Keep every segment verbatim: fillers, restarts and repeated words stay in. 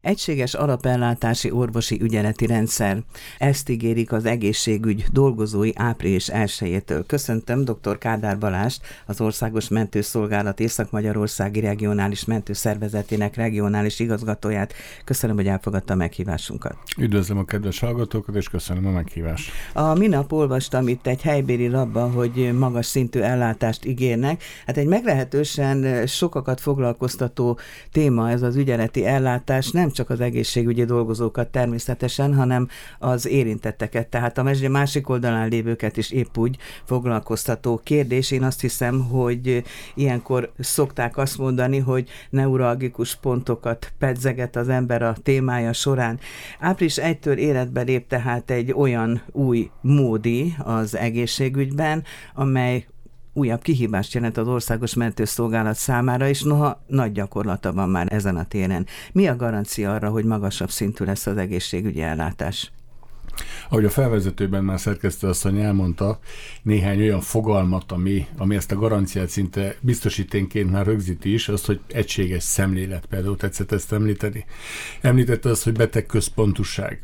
Egységes alapellátási orvosi ügyeleti rendszer. Ezt ígérik az egészségügy dolgozói április elsejétől. Köszöntöm dr. Kádár Balást, az Országos Mentőszolgálat Észak-Magyarországi Regionális Mentőszervezetének regionális igazgatóját. Köszönöm, hogy elfogadta a meghívásunkat. Üdvözlöm a kedves hallgatókat, és köszönöm a meghívást. A minap olvastam itt egy helybéli labban, hogy magas szintű ellátást ígérnek. Hát egy meglehetősen sokakat foglalkoztató téma ez az ügyeleti ellátás, nem csak az egészségügyi dolgozókat természetesen, hanem az érintetteket, tehát a mesdje másik oldalán lévőket is épp úgy foglalkoztató kérdés. Én azt hiszem, hogy ilyenkor szokták azt mondani, hogy neuralgikus pontokat pedzeget az ember a témája során. április elsejétől életbe lép tehát egy olyan új módi az egészségügyben, amely újabb kihívást jelent az Országos Mentőszolgálat számára, és noha nagy gyakorlata van már ezen a téren. Mi a garancia arra, hogy magasabb szintű lesz az egészségügyi ellátás? Ahogy a felvezetőben már szerkesztő asszony elmondta, néhány olyan fogalmat, ami, ami ezt a garanciát szinte biztosíténként már rögzíti is, az, hogy egységes szemlélet, például tetszett ezt említeni. Említette azt, hogy betegközpontúság.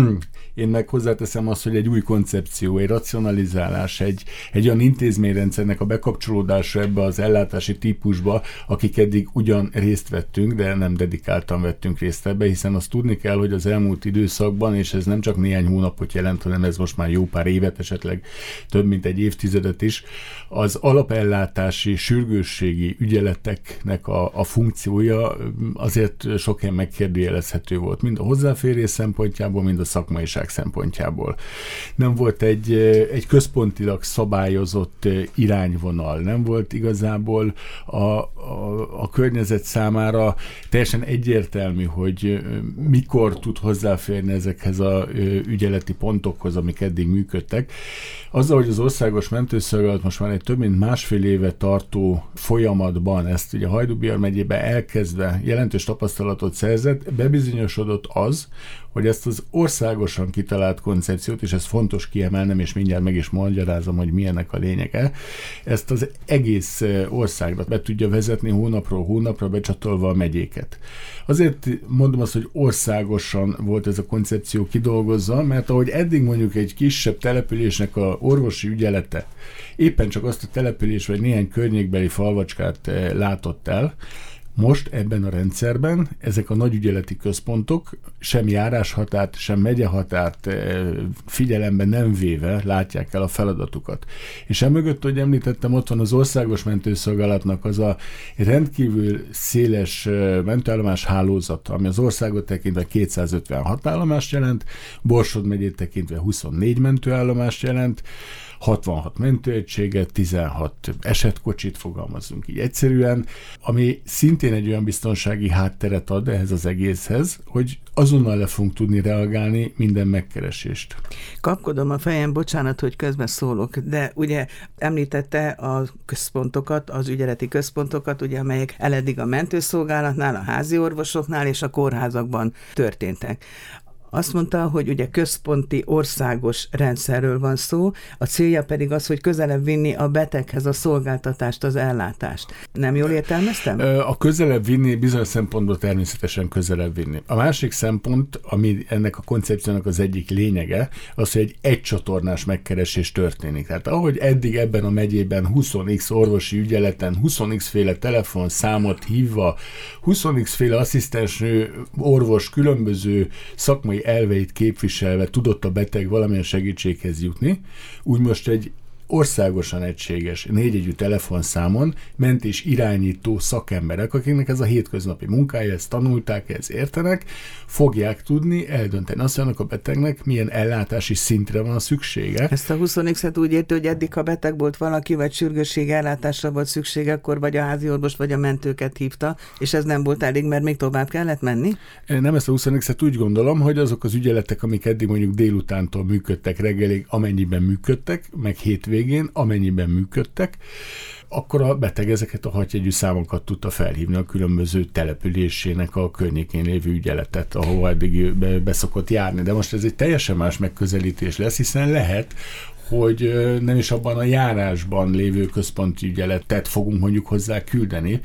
Én meg hozzáteszem azt, hogy egy új koncepció, egy racionalizálás, egy, egy olyan intézményrendszernek a bekapcsolódása ebbe az ellátási típusba, akik eddig ugyan részt vettünk, de nem dedikáltan vettünk részt ebbe, hiszen azt tudni kell, hogy az elmúlt időszakban, és ez nem csak néhány hónapot jelent, hanem ez most már jó pár évet, esetleg több mint egy évtizedet is, az alapellátási, sürgősségi ügyeleteknek a, a funkciója azért sok helyen megkérdőjelezhető volt, mind a hozzáférés szempontjából, mind a szakmaiság szempontjából. Nem volt egy, egy központilag szabályozott irányvonal, nem volt igazából a, a, a környezet számára teljesen egyértelmű, hogy mikor tud hozzáférni ezekhez az ügyeleti pontokhoz, amik eddig működtek. Azzal, hogy az Országos Mentőszolgálat most már egy több mint másfél éve tartó folyamatban, ezt ugye Hajdú-Bihar megyében elkezdve jelentős tapasztalatot szerzett, bebizonyosodott az, hogy ezt az országosan kitalált koncepciót, és ez fontos kiemelnem, és mindjárt meg is magyarázom, hogy milyennek a lényege, ezt az egész országra be tudja vezetni hónapról hónapra, becsatolva a megyéket. Azért mondom azt, hogy országosan volt ez a koncepció kidolgozva, mert ahogy eddig mondjuk egy kisebb településnek a orvosi ügyelete éppen csak azt a település vagy néhány környékbeli falvacskát látott el, most ebben a rendszerben ezek a nagy ügyeleti központok sem járáshatárt, sem megyehatárt figyelembe nem véve látják el a feladatukat. És emögött, hogy említettem, ott van az Országos Mentőszolgálatnak az a rendkívül széles mentőállomás hálózata, ami az országot tekintve kétszázötvenhat állomást jelent, Borsod megyét tekintve huszonnégy mentőállomást jelent, hatvanhat mentőegységet, tizenhat esetkocsit, fogalmazunk így egyszerűen, ami szintén egy olyan biztonsági hátteret ad ehhez az egészhez, hogy azonnal le fogunk tudni reagálni minden megkeresést. Kapkodom a fejem, bocsánat, hogy közben szólok, de ugye említette a központokat, az ügyeleti központokat, ugye, amelyek eleddig a mentőszolgálatnál, a házi orvosoknál és a kórházakban történtek. Azt mondta, hogy ugye központi országos rendszerről van szó, a célja pedig az, hogy közelebb vinni a beteghez a szolgáltatást, az ellátást. Nem jól értelmeztem? A közelebb vinni bizonyos szempontból természetesen közelebb vinni. A másik szempont, ami ennek a koncepciónak az egyik lényege, az, hogy egy egycsatornás megkeresés történik. Tehát ahogy eddig ebben a megyében húsz x orvosi ügyeleten, húsz x féle telefonszámot hívva, húsz x féle asszisztensnő, orvos különböző szakmai elveit képviselve tudott a beteg valamilyen segítséghez jutni, úgy most egy országosan egységes négyjegyű telefonszámon mentés irányító szakemberek, akiknek ez a hétköznapi munkája, ezt tanulták, ezt értenek, fogják tudni eldönteni azt, hogy a betegnek milyen ellátási szintre van szüksége. Ezt a húsz x-et úgy érti, hogy eddig, ha beteg volt valaki, vagy sürgősségi ellátásra volt szüksége, akkor vagy a házi orvos, vagy a mentőket hívta, és ez nem volt elég, mert még tovább kellett menni? Nem, ezt a húsz x-et úgy gondolom, hogy azok az ügyeletek, amik eddig mondjuk délutántól működtek reggelig, amennyiben működtek, meg hétvégén, végén, amennyiben működtek, akkor a beteg ezeket a hatjegyű számokat tudta felhívni a különböző településének a környékén lévő ügyeletet, ahova eddig beszokott járni. De most ez egy teljesen más megközelítés lesz, hiszen lehet, hogy nem is abban a járásban lévő központi ügyeletet fogunk mondjuk hozzá küldeni,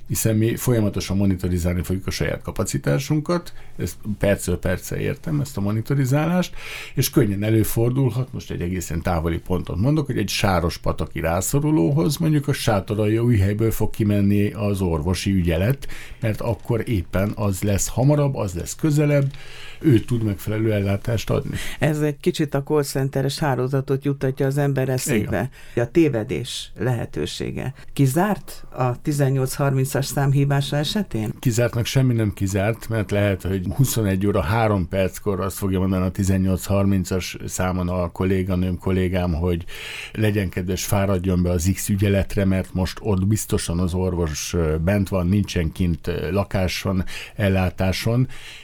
hiszen mi folyamatosan monitorizálni fogjuk a saját kapacitásunkat, ezt percről percre értem, ezt a monitorizálást, és könnyen előfordulhat, most egy egészen távoli pontot mondok, hogy egy Sárospataki rászorulóhoz mondjuk a Sátoraljaújhelyből fog kimenni az orvosi ügyelet, mert akkor éppen az lesz hamarabb, az lesz közelebb, ő tud megfelelő ellátást adni. Ez egy kicsit a call centeres hálózatot juttatja az ember eszébe. Igen. A tévedés lehetősége. Kizárt a tizennyolc harmincas szám hívása esetén? Kizártnak semmi nem kizárt, mert lehet, hogy huszonegy óra három perckor azt fogja mondani a tizennyolc harmincas számon a kolléganőm, kollégám, hogy legyen kedves, fáradjon be az X ügyeletre, mert most ott biztosan az orvos bent van, nincsen kint lakáson, ellátáson,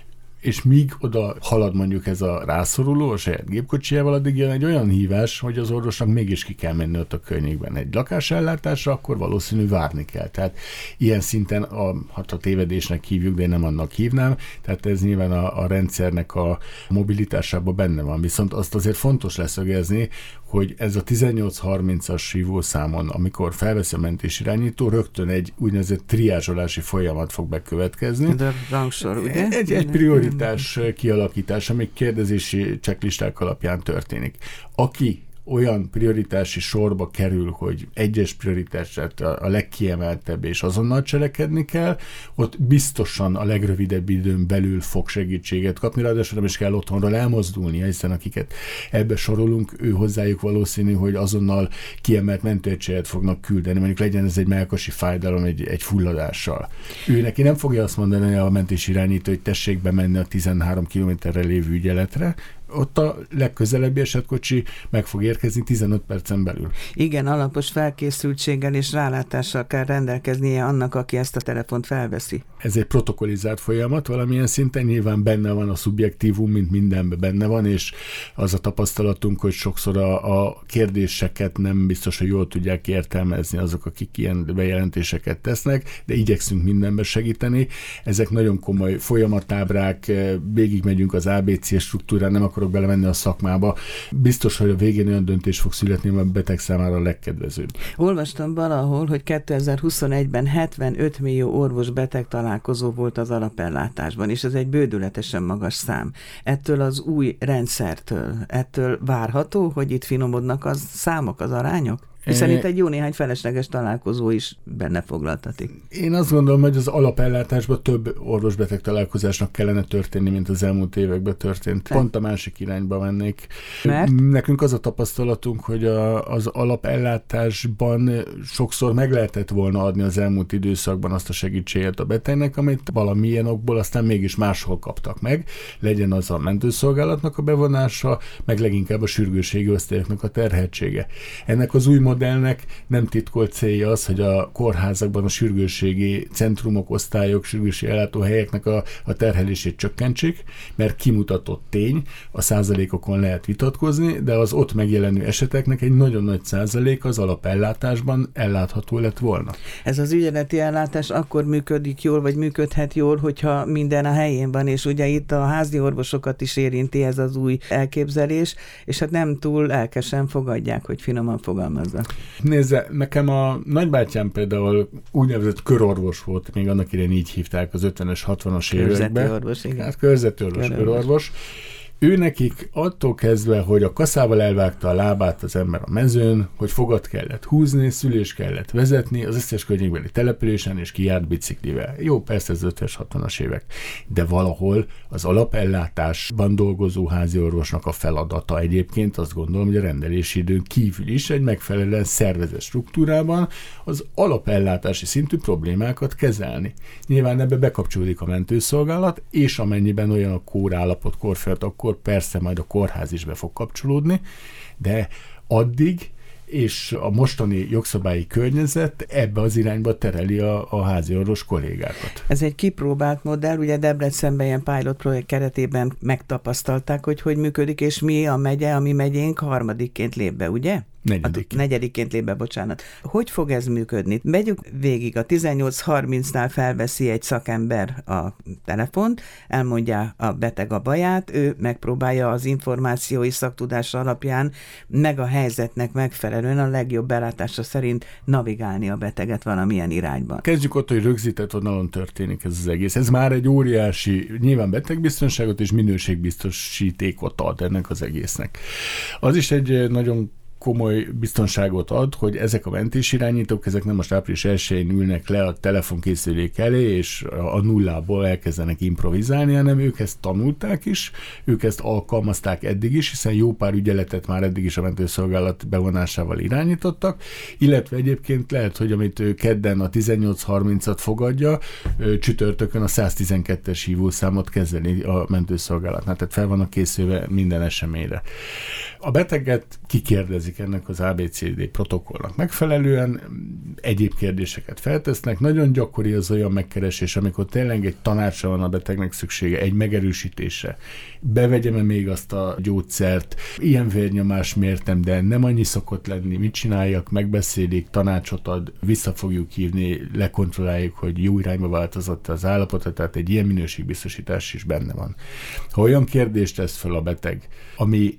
és míg oda halad mondjuk ez a rászoruló a saját gépkocsijával, addig jön egy olyan hívás, hogy az orvosnak mégis ki kell menni ott a környékben egy lakásellátásra, akkor valószínű várni kell. Tehát ilyen szinten, a, hát a tévedésnek hívjuk, de én nem annak hívnám, tehát ez nyilván a, a rendszernek a mobilitásában benne van. Viszont azt azért fontos leszögezni, hogy ez a tizennyolc harmincas hívószámon, amikor felvesz a mentésirányító, rögtön egy úgynevezett triázsolási folyamat fog bekövetkezni. De rangsor, ugye? Egy, egy prioritás kialakítása, még kérdezési checklisták alapján történik. Aki olyan prioritási sorba kerül, hogy egyes prioritását a legkiemeltebb és azonnal cselekedni kell, ott biztosan a legrövidebb időn belül fog segítséget kapni, ráadásul nem is kell otthonról elmozdulnia, hiszen akiket ebbe sorolunk, ő hozzájuk valószínű, hogy azonnal kiemelt mentőegységet fognak küldeni, mondjuk legyen ez egy mellkasi fájdalom egy, egy fulladással. Ő neki nem fogja azt mondani a mentésirányító, hogy tessék bemenni a tizenhárom kilométerre lévő ügyeletre, ott a legközelebbi esetkocsi meg fog érkezni tizenöt percen belül. Igen, alapos felkészültséggel és rálátással kell rendelkeznie annak, aki ezt a telefont felveszi. Ez egy protokollizált folyamat, valamilyen szinten nyilván benne van a szubjektívum, mint mindenben benne van, és az a tapasztalatunk, hogy sokszor a, a kérdéseket nem biztos, hogy jól tudják értelmezni azok, akik ilyen bejelentéseket tesznek, de igyekszünk mindenben segíteni. Ezek nagyon komoly folyamatábrák, végigmegyünk az á bé cé struktúrán, nem akarok belemenni a szakmába. Biztos, hogy a végén olyan döntés fog születni, mert a beteg számára a legkedvezőbb. Olvastam valahol, hogy kétezer-huszonegyben hetvenöt millió orvos-beteg találkozó volt az alapellátásban, és ez egy bődületesen magas szám. Ettől az új rendszertől, ettől várható, hogy itt finomodnak az számok, az arányok? Hiszen itt egy jó néhány felesleges találkozó is benne foglaltatik. Én azt gondolom, hogy az alapellátásban több orvosbeteg találkozásnak kellene történni, mint az elmúlt években történt. Pont a másik irányba mennék. Mert? Nekünk az a tapasztalatunk, hogy a, az alapellátásban sokszor meg lehetett volna adni az elmúlt időszakban azt a segítséget a betegnek, amit valamilyen okból aztán mégis máshol kaptak meg. Legyen az a mentőszolgálatnak a bevonása, meg leginkább a sürgősségi osztályoknak a terheltsége. Ennek az új modellnek nem titkolt célja az, hogy a kórházakban a sürgősségi centrumok, osztályok, sürgősségi ellátóhelyeknek a, a terhelését csökkentsék, mert kimutatott tény, a százalékokon lehet vitatkozni, de az ott megjelenő eseteknek egy nagyon nagy százalék az alapellátásban ellátható lett volna. Ez az ügyeleti ellátás akkor működik jól, vagy működhet jól, hogyha minden a helyén van, és ugye itt a házi orvosokat is érinti ez az új elképzelés, és hát nem túl lelkesen fogadják, hogy finoman fogalmazza. Nézze, nekem a nagybátyám például úgynevezett körorvos volt, még annak idején így hívták az ötvenes, hatvanas években. Körzeti orvos, igen. Hát körzeti orvos, körorvos. Ő nekik attól kezdve, hogy a kaszával elvágta a lábát az ember a mezőn, hogy fogat kellett húzni, szülés kellett vezetni, az összes környékbeli településen, és kijárt biciklivel. Jó, persze ez ötvenes, hatvanas évek. De valahol az alapellátásban dolgozó házi orvosnak a feladata egyébként, azt gondolom, hogy a rendelési időn kívül is egy megfelelően szervezett struktúrában az alapellátási szintű problémákat kezelni. Nyilván ebbe bekapcsolódik a mentőszolgálat, és amennyiben olyan a kórállapot, kórfelt, akkor persze majd a kórház is be fog kapcsolódni, de addig és a mostani jogszabályi környezet ebbe az irányba tereli a, a házi orvos kollégákat. Ez egy kipróbált modell, ugye Debrecenben ilyen pilot projekt keretében megtapasztalták, hogy hogy működik, és mi a megye, a mi megyénk harmadikként lép be, ugye? Negyedik. A negyediként lép be, bocsánat. Hogy fog ez működni? Vegyük végig, a tizennyolc harmincnál felveszi egy szakember a telefont, elmondja a beteg a baját, ő megpróbálja az információi szaktudása alapján meg a helyzetnek megfelelően a legjobb belátása szerint navigálni a beteget valamilyen irányban. Kezdjük ott, hogy rögzített vonalon történik ez az egész. Ez már egy óriási, nyilván betegbiztonságot és minőségbiztosítékot ad ennek az egésznek. Az is egy nagyon komoly biztonságot ad, hogy ezek a mentésirányítók, ezek nem most április elsején ülnek le a telefonkészülék elé, és a nullából elkezdenek improvizálni, hanem ők ezt tanulták is, ők ezt alkalmazták eddig is, hiszen jó pár ügyeletet már eddig is a mentőszolgálat bevonásával irányítottak, illetve egyébként lehet, hogy amit ő kedden a tizennyolc harmincat fogadja, csütörtökön a száztizenkettes hívószámot kezeli a mentőszolgálatnál, tehát fel vannak készülve minden eseményre. A beteget kikérdezik ennek az á bé cé dé protokollnak megfelelően, egyéb kérdéseket feltesznek. Nagyon gyakori az olyan megkeresés, amikor tényleg egy tanácsra van a betegnek szüksége, egy megerősítése. Bevegyem-e még azt a gyógyszert, ilyen vérnyomás mértem, de nem annyi szokott lenni, mit csináljak, megbeszélik, tanácsot ad, vissza fogjuk hívni, lekontrolláljuk, hogy jó irányba változott az állapota, tehát egy ilyen minőségbiztosítás is benne van. Ha olyan kérdést tesz fel a beteg, ami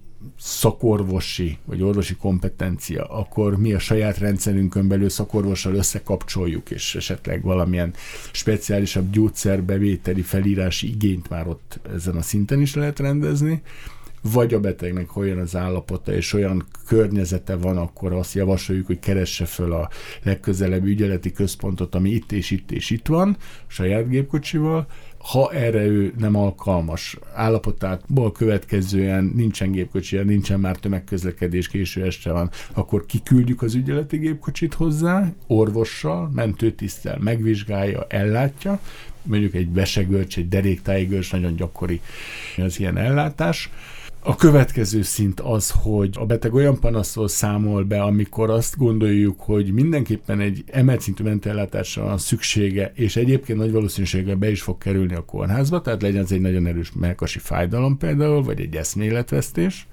szakorvosi vagy orvosi kompetencia, akkor mi a saját rendszerünkön belül szakorvossal összekapcsoljuk, és esetleg valamilyen speciálisabb gyógyszerbevételi felírási igényt már ott ezen a szinten is lehet rendezni, vagy a betegnek olyan az állapota, és olyan környezete van, akkor azt javasoljuk, hogy keresse föl a legközelebbi ügyeleti központot, ami itt és itt és itt van, saját gépkocsival. Ha erre ő nem alkalmas állapotából következően nincsen gépkocsija, nincsen már tömegközlekedés, késő este van, akkor kiküldjük az ügyeleti gépkocsit hozzá, orvossal, mentőtiszttel megvizsgálja, ellátja, mondjuk egy vesegölcs, egy deréktájgölcs, nagyon gyakori az ilyen ellátás. A következő szint az, hogy a beteg olyan panaszról számol be, amikor azt gondoljuk, hogy mindenképpen egy emelt szintű mentőellátásra van szüksége, és egyébként nagy valószínűséggel be is fog kerülni a kórházba, tehát legyen ez egy nagyon erős mellkasi fájdalom például, vagy egy eszméletvesztés,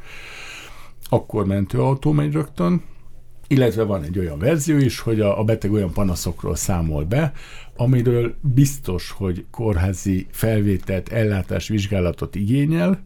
akkor mentőautó megy rögtön, illetve van egy olyan verzió is, hogy a, a beteg olyan panaszokról számol be, amiről biztos, hogy kórházi felvételt, ellátás, vizsgálatot igényel,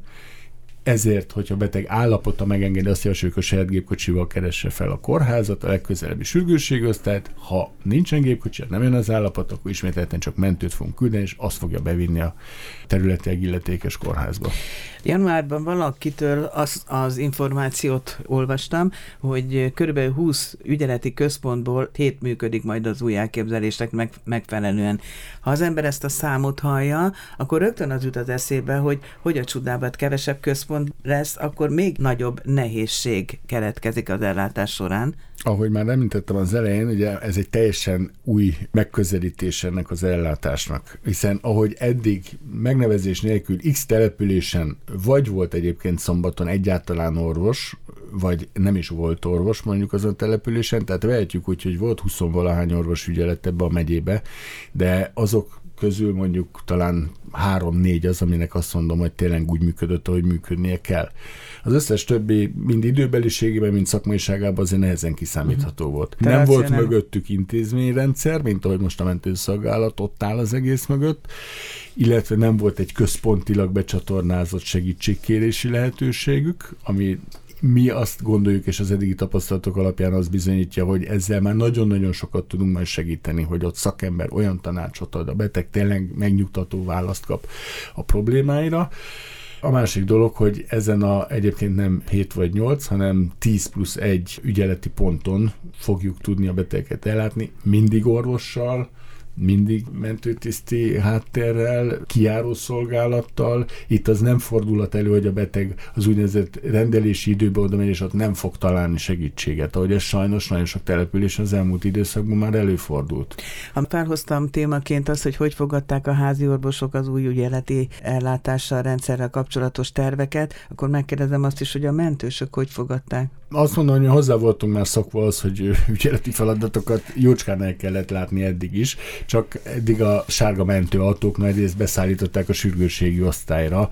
ezért, hogyha a beteg állapota megengedi, azt javasoljuk, a saját gépkocsival keresse fel a kórházat, a legközelebbi sürgősségosztályt. Ha nincsen gépkocsi, nem jön az állapot, akkor ismételten csak mentőt fogunk küldeni, és azt fogja bevinni a területileg illetékes kórházba. Januárban valakitől az, az információt olvastam, hogy körülbelül húsz ügyeleti központból hét működik majd az új elképzelésnek meg, megfelelően. Ha az ember ezt a számot hallja, akkor rögtön az jut az eszébe, hogy hogy a csodábat kevesebb központ lesz, akkor még nagyobb nehézség keletkezik az ellátás során. Ahogy már említettem az elején, ugye ez egy teljesen új megközelítés ennek az ellátásnak, hiszen ahogy eddig megnevezés nélkül X településen vagy volt egyébként szombaton egyáltalán orvos, vagy nem is volt orvos mondjuk azon a településen, tehát vehetjük úgy, hogy volt huszonvalahány orvos ügyelet ebbe a megyébe, de azok közül mondjuk talán három-négy az, aminek azt mondom, hogy tényleg úgy működött, ahogy működnie kell. Az összes többi mind időbeliségében, mind szakmaiságában azért nehezen kiszámítható uh-huh. volt. Nem Tehát volt nem... mögöttük intézményrendszer, mint ahogy most a mentőszolgálat ott áll az egész mögött, illetve nem volt egy központilag becsatornázott segítségkérési lehetőségük, ami mi azt gondoljuk, és az eddigi tapasztalatok alapján az bizonyítja, hogy ezzel már nagyon-nagyon sokat tudunk majd segíteni, hogy ott szakember olyan tanácsot ad, a beteg tényleg megnyugtató választ kap a problémáira. A másik dolog, hogy ezen a egyébként nem hét vagy nyolc, hanem tíz plusz egy ügyeleti ponton fogjuk tudni a beteget ellátni, mindig orvossal, mindig mentőtiszti háttérrel, kijárószolgálattal. Itt az nem fordulhat elő, hogy a beteg az úgynevezett rendelési időbe oda megy, és ott nem fog találni segítséget, ahogy ez sajnos nagyon sok település az elmúlt időszakban már előfordult. Ha felhoztam témaként azt, hogy hogy fogadták a házi orvosok az új ügyeleti ellátással, rendszerrel kapcsolatos terveket, akkor megkérdezem azt is, hogy a mentősök hogy fogadták? Azt mondom, hogy hozzá voltunk már szokva az, hogy ügyeleti feladatokat jócskán el kellett látni eddig is, csak eddig a sárga mentőautók nagy részt beszállították a sürgősségi osztályra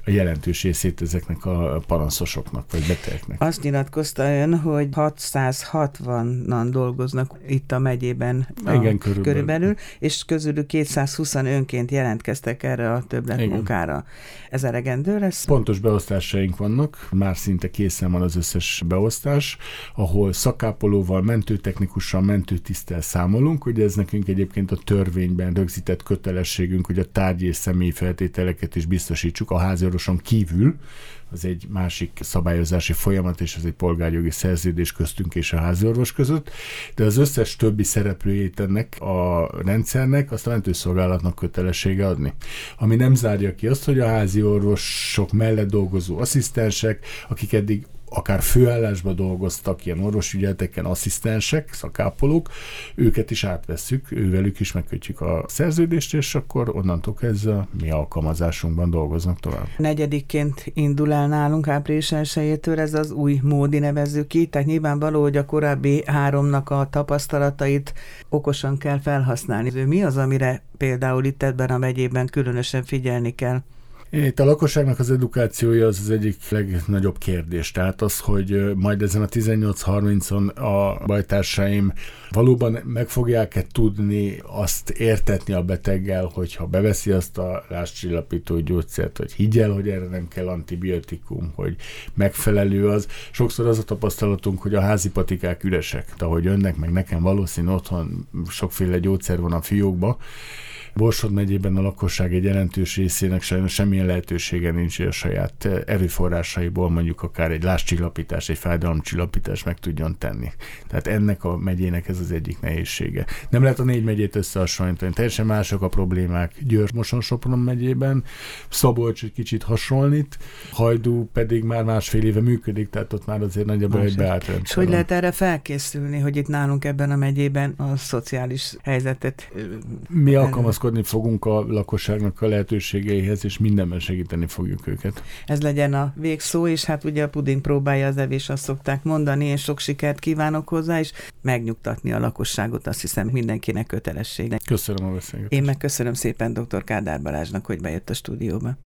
a jelentős részét ezeknek a panaszosoknak, vagy betegeknek. Azt nyilatkozta ön, hogy hatszázhatvanan dolgoznak itt a megyében a Igen, körülbelül. körülbelül, és közülük kétszázhúsz önként jelentkeztek erre a többletmunkára. Ez elegendő lesz? Pontos beosztásaink vannak, már szinte készen van az összes beosztás, ahol szakápolóval, mentőtechnikussal, mentőtiszttel számolunk, ugye ez nekünk egyébként a törvényben rögzített kötelességünk, hogy a tárgyi és személyi feltételeket is biztosítsuk a háziorvoson kívül, az egy másik szabályozási folyamat, és ez egy polgárjogi szerződés köztünk és a háziorvos között, de az összes többi szereplőjét ennek a rendszernek azt a mentőszolgálatnak kötelessége adni. Ami nem zárja ki azt, hogy a háziorvosok mellett dolgozó asszisztensek, akik eddig akár főállásban dolgoztak, ilyen orvosügyeleteken asszisztensek, szakápolók, őket is átvesszük, ővelük is megkötjük a szerződést, és akkor onnantól kezdve mi alkalmazásunkban dolgoznak tovább. Negyedikként indul el nálunk április elsejétől ez az új módi, nevezzük ki, tehát nyilvánvaló, hogy a korábbi háromnak a tapasztalatait okosan kell felhasználni. Mi az, amire például itt ebben a megyében különösen figyelni kell? Itt a lakosságnak az edukációja az az egyik legnagyobb kérdés. Tehát az, hogy majd ezen a tizennyolc harmincon a bajtársaim valóban meg fogják-e tudni azt értetni a beteggel, hogyha beveszi azt a lázcsillapító gyógyszert, hogy higgyel, hogy erre nem kell antibiotikum, hogy megfelelő az. Sokszor az a tapasztalatunk, hogy a házi patikák üresek. De ahogy önnek, meg nekem valószínű otthon sokféle gyógyszer van a fiókba, Borsod megyében a lakosság egy jelentős részének sajnos semmilyen lehetősége nincs, hogy a saját erőforrásaiból mondjuk akár egy lázcsillapítás, egy fájdalomcsillapítás meg tudjon tenni. Tehát ennek a megyének ez az egyik nehézsége. Nem lehet a négy megyét összehasonlítani, teljesen mások a problémák. Győr, Moson-Sopron megyében, Szabolcs egy kicsit hasonlít, Hajdú pedig már másfél éve működik, tehát ott már azért nagyjából egy beállt rendszer. És hogy lehet erre felkészülni, hogy itt nálunk ebben a megyében a szociális helyzetet... Mi alkalmazkodni fogunk a lakosságnak a lehetőségeihez, és mindenben segíteni fogjuk őket. Ez legyen a végszó, és hát ugye a puding próbálja az evés, azt szokták mondani, és sok sikert kívánok hozzá, és megnyugtatni a lakosságot, azt hiszem mindenkinek kötelessége. Köszönöm a beszélgetést. Én meg köszönöm szépen dr. Kádár Balázsnak, hogy bejött a stúdióba.